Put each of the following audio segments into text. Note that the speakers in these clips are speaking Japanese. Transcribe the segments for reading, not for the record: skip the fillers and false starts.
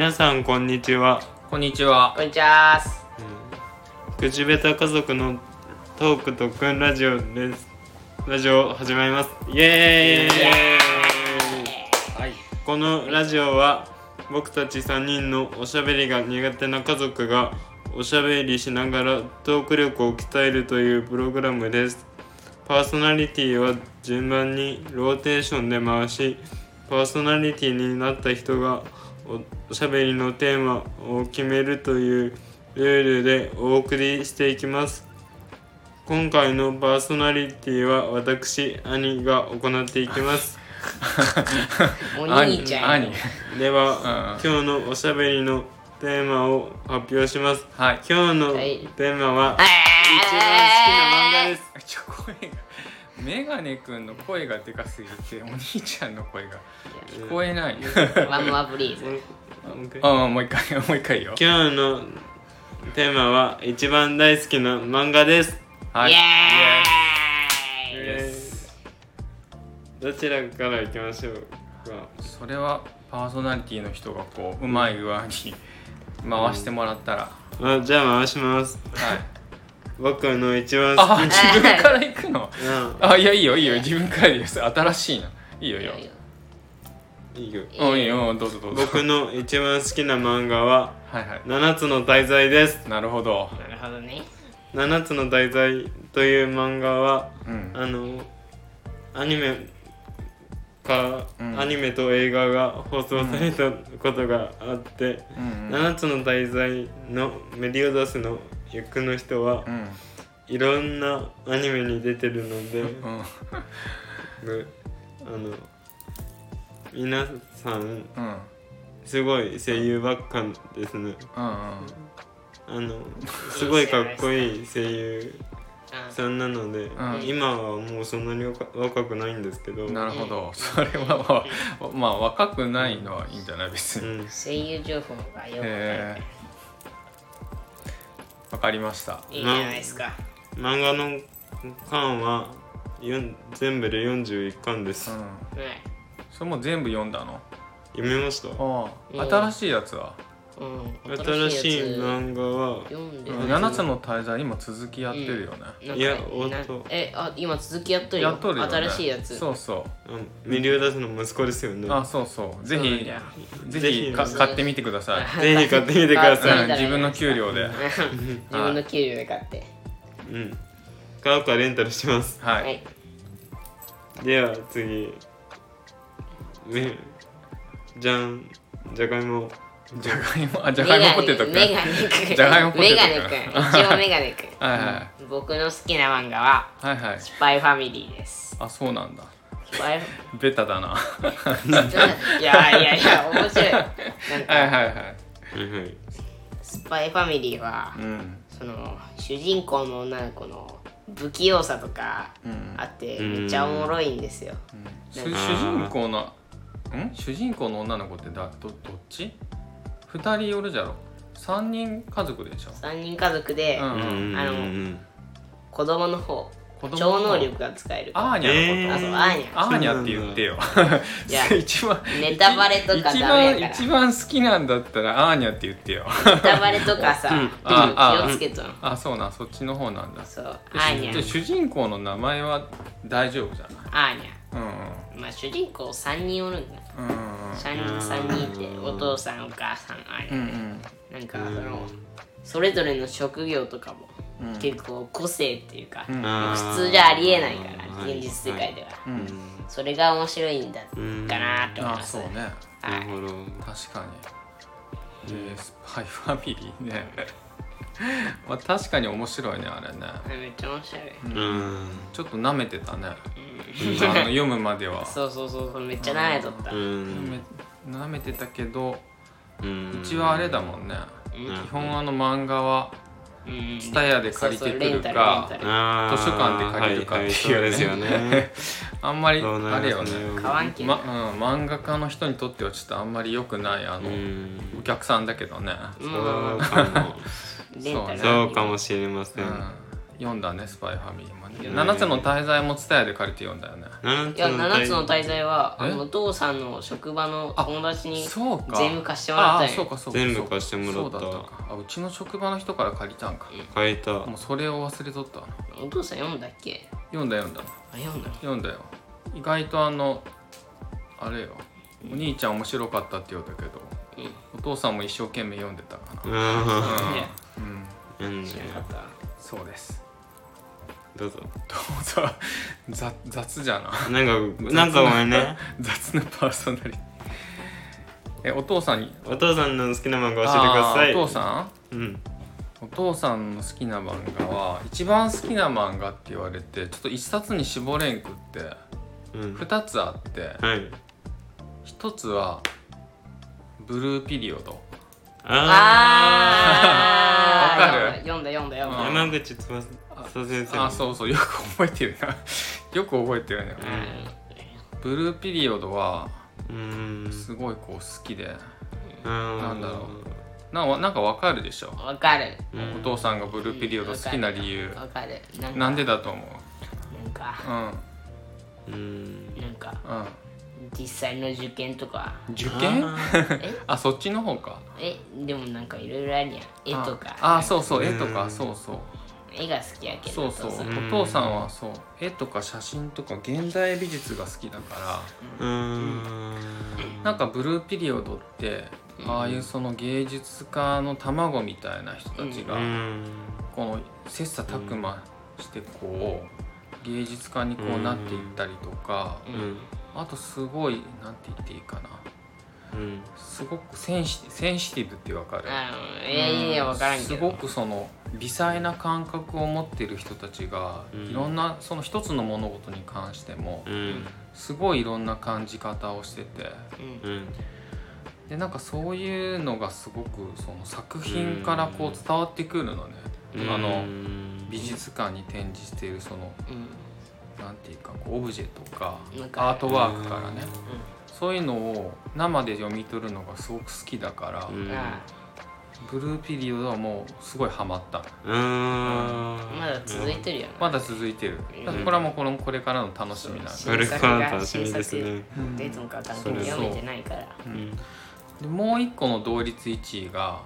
皆さんこんにちは。 こんにちは。 こんにちは。 口下手家族のトーク特訓ラジオです。ラジオ始まります。イエーイ。 はい。 このラジオは僕たち3人のおしゃべりが苦手な家族がおしゃべりしながらトーク力を鍛えるというプログラムです。パーソナリティは順番にローテーションで回し、パーソナリティになった人がおしゃべりのテーマを決めるというルールでお送りしていきます。今回のパーソナリティは私、兄が行っていきます。 お兄ちゃん。 兄。 では、今日のおしゃべりのテーマを発表します。 はい。 今日のテーマは、一番好きな漫画です。 声がメガネくんの声がでかすぎてお兄ちゃんの声が聞こえない。 ワンモアプリーズ。 もう一回よ。 今日のテーマは一番大好きな漫画です。 はい。 イエーイ。 どちらからいきましょうか。 それはパーソナリティの人がこううまい具合に回してもらったら。 じゃあ回します。 はい。 僕の一番好きな自分から行くの。いやいいよ自分からです。新しいな。いいよ。 いいよ。 いいよどうぞ。 僕の一番好きな漫画ははい。 七つの大罪です。 なるほど。 なるほどね。 七つの大罪という漫画は、アニメと映画が放送されたことがあって、七つの大罪のメリオダスの役の人は、いろんなアニメに出てるので、皆さん、すごい声優ばっかですね。すごいかっこいい声優さんなので、今はもうそんなに若くないんですけど。 なるほど。それはまあ若くないのはいいんじゃない別に。 声優情報がよくわかりました。 いいじゃないですか。 漫画の巻は全部で41巻です。 それも全部読んだの？ 読みました。 新しいやつは？ 新しい漫画は 7つの大罪今続きやってるよね。 いや今続きやっとるよ。新しいやつ。 そうメリオダスの息子ですよね。 そうぜひ買ってみてください。 ぜひ買ってみてください。 自分の給料で自分の給料で買って、 買うかレンタルします。 はい。 では次、じゃがいもじゃがいもポテトくん。 メガネくん。一応メガネくん。僕の好きな漫画はスパイファミリーです。 あ、そうなんだ。ベタだな。 いや面白い。スパイファミリーはその主人公の女の子の不器用さとかあってめっちゃおもろいんですよ。 主人公の女の子ってどっち？2人おるじゃろ。3人家族でしょ。 3人家族で子供の方超能力が使える。 アーニャのこと。 アーニャって言ってよ。一番ネタバレとかダメやから。 一番好きなんだったらアーニャって言ってよ。 ネタバレとかさ気をつけとん。 そうなん、そっちの方なんだ。 そう、アーニャ。 主人公の名前は大丈夫じゃない？ アーニャ。まあ主人公3人おるんだ。3人ってお父さんお母さんアーニャ。なんかそれぞれの職業とかも結構個性っていうか普通じゃありえないから現実世界では。それが面白いんだかなと思います。 そうね。 なるほど。 確かに。スパイファミリーね。まあ確かに面白いねあれね。 めっちゃ面白い。 ちょっと舐めてたね。読むまでは。 そうめっちゃ舐めとった。 舐めてたけど、うちはあれだもんね。基本漫画はTSUTAYAで借りてくるか図書館で借りるかっていうね。あんまりあれよね。漫画家の人にとってはちょっとあんまり良くないお客さんだけどね。 そうかもしれません。 読んだね、スパイファミリーもね。7つの大罪もTSUTAYAで借りて読んだよね。 いや、7つの大罪はお父さんの職場の友達に全部貸してもらったんよ。 全部貸してもらった。 そうだったか。うちの職場の人から借りたんか。 借りた。 もうそれを忘れとった。 お父さん読んだっけ？ 読んだ。 読んだよ。意外とあれよ、お兄ちゃん面白かったって言うたけど、お父さんも一生懸命読んでたかな。 知らなかった。 そうです。 どうぞ。 雑じゃな。 なんかごめんね。 雑なパーソナリティ。お父さんの好きな漫画教えてください。 お父さん？お父さんの好きな漫画は、一番好きな漫画って言われてちょっと一冊に絞れんくって2つあって、1つはブルーピリオド。 わかる。読んだ。 山口翼先生。 そうよく覚えてるな。よく覚えてるね。ブルーピリオドはすごいこう好きで、なんだろう、なんかわかるでしょ。 わかる。 お父さんがブルーピリオド好きな理由。 わかる。 なんでだと思う？ なんか実際の受験とか。 受験？そっちの方か。 でもなんかいろいろあるやん。絵とか。 そう絵とか。そう絵が好きやけど。 お父さんは絵とか写真とか現代美術が好きだから、なんかブルーピリオドってああいうその芸術家の卵みたいな人たちがこの切磋琢磨してこう芸術家にこうなっていったりとか、あとすごいなんて言っていいかな、すごくセンシティブってわかる？ いや分からんけど、 すごくその微細な感覚を持っている人たちが、いろんなその一つの物事に関しても、すごいいろんな感じ方をしてて、でなんかそういうのがすごくその作品からこう伝わってくるのね。美術館に展示しているその、なんていうかこうオブジェとかアートワークからね、そういうのを生で読み取るのがすごく好きだから、ブルーピリオドはもうすごいハマった。 まだ続いてるよね。 まだ続いてる。これはもうこれからの楽しみなんで。 これからの楽しみですね。 いつもか読めてないから。 でもう一個の同率1位が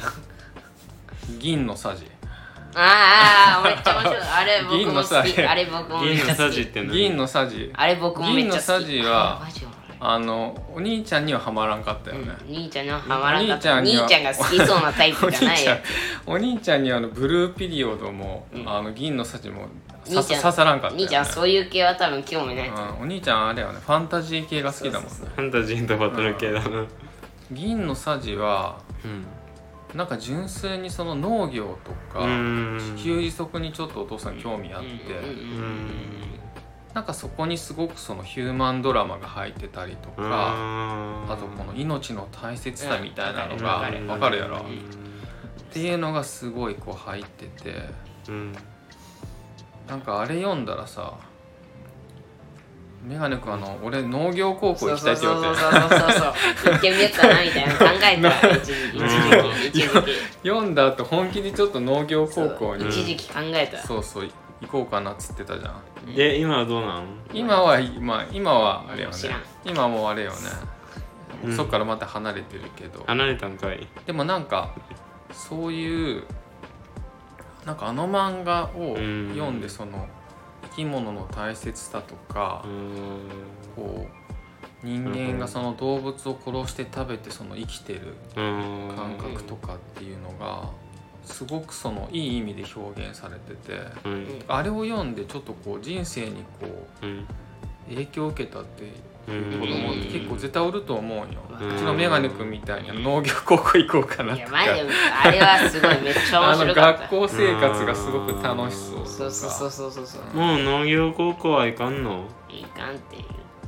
銀のさじ。 めっちゃ面白い。あれ僕も好き。あれ僕もめっちゃ好き。 銀のさじ。 あれ僕もめっちゃ好き。銀のさじはお兄ちゃんにはハマらんかったよね。 兄ちゃんにはハマらんかった。兄ちゃんが好きそうなタイプじゃないよ。 お兄ちゃんにブルーピリオドも銀のさじも刺さらんかったよね。 兄ちゃんそういう系は多分興味ない。 お兄ちゃんあれよね、ファンタジー系が好きだもんね。 ファンタジーとバトル系だな。 銀のさじはなんか純粋にその農業とか自給自足にちょっとお父さん興味あって、なんかそこにすごくそのヒューマンドラマが入ってたりとか、あとこの命の大切さみたいなのが分かるやろっていうのがすごいこう入ってて、なんかあれ読んだらさ、メガネ君俺農業高校行きたいって言われて、 そう行ってみようかなみたいな考えたら一時期読んだ後本気でちょっと農業高校に一時期考えた。 行こうかなっつってたじゃん。 で今はどうなの？ 今はあれよね。今はもうあれよね。そっからまた離れてるけど。 離れたんかい。 でもなんかそういうなんか漫画を読んでその生き物の大切さとか、こう人間がその動物を殺して食べてその生きてる感覚とかっていうのがすごくそのいい意味で表現されてて、あれを読んでちょっとこう人生にこう影響を受けたっていう子供って結構絶対おると思うよ。うちのメガネ君みたいに農業高校行こうかなとか。いやマジであれはすごいめっちゃ面白かった。 学校生活がすごく楽しそう。 そうもう農業高校は行かんの？ 行かんっていう。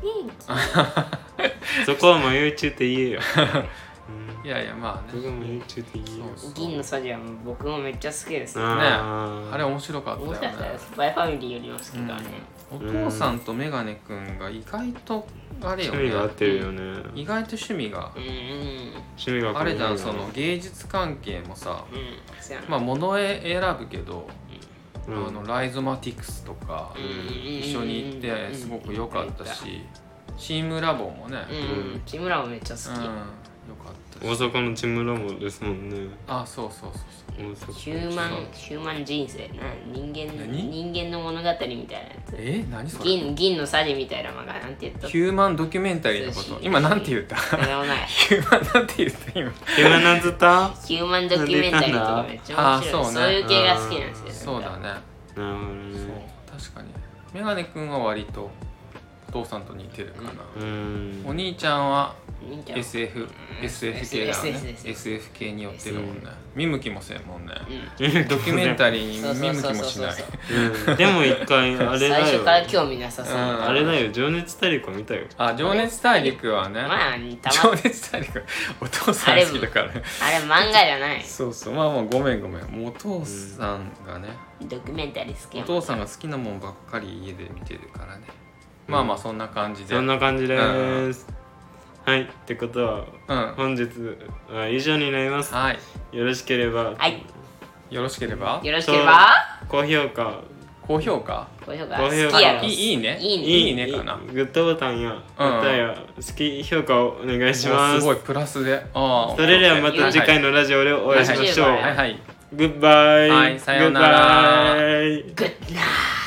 そこは迷い中って言えよ。 いやまあね。 僕も迷い中って言えよ。 銀のサジは僕もめっちゃ好きですね。 あれ面白かったよね。 スパイファミリーよりも好きだね。 お父さんとメガネ君が意外とあれよね。 趣味が合ってるよね。 意外と趣味があれじゃん。その芸術関係もさ、まあ物絵選ぶけど、 ライゾマティクスとか一緒に行ってすごく良かったし、チームラボもね、 チームラボめっちゃ好き、 良かった大阪のチームラボですもんね。 そうヒューマン人生な、人間の物語みたいなやつ。 何それ。 銀のサジみたいな漫画、なんて言った？ ヒューマンドキュメンタリーのこと。今なんて言った？ それもない。 ヒューマンなんて言った今。 ヒューマンなんつった？ ヒューマンドキュメンタリーとかめっちゃ面白い。そういう系が好きなんですよ。 そうだね。 なるほどね。 確かに。メガネくんは割とお父さんと似てるかな。お兄ちゃんはSF 系だね。SF 系に寄ってるもんね。見向きもせんもんね。ドキュメンタリーに見向きもしない。 でも一回あれだよ。 最初から興味なさそう。 あれだよ、情熱大陸を見たよ。 情熱大陸はね。情熱大陸お父さん好きだからね。 あれ漫画じゃない。 そうまあごめん。もうお父さんがね。 ドキュメンタリー好き。 お父さんが好きなもんばっかり家で見てるからね。まあそんな感じで。 そんな感じです。はい、ってことは、本日は以上になります。 はい。 よろしければ。 はい。 よろしければ。 高評価。 好きやろ。 いいねかな。 グッドボタンやまたや好き評価をお願いします。 すごいプラスで。 それではまた次回のラジオでお会いしましょう。 はい。 グッバイ。 はい、さようなら。 グッナイ。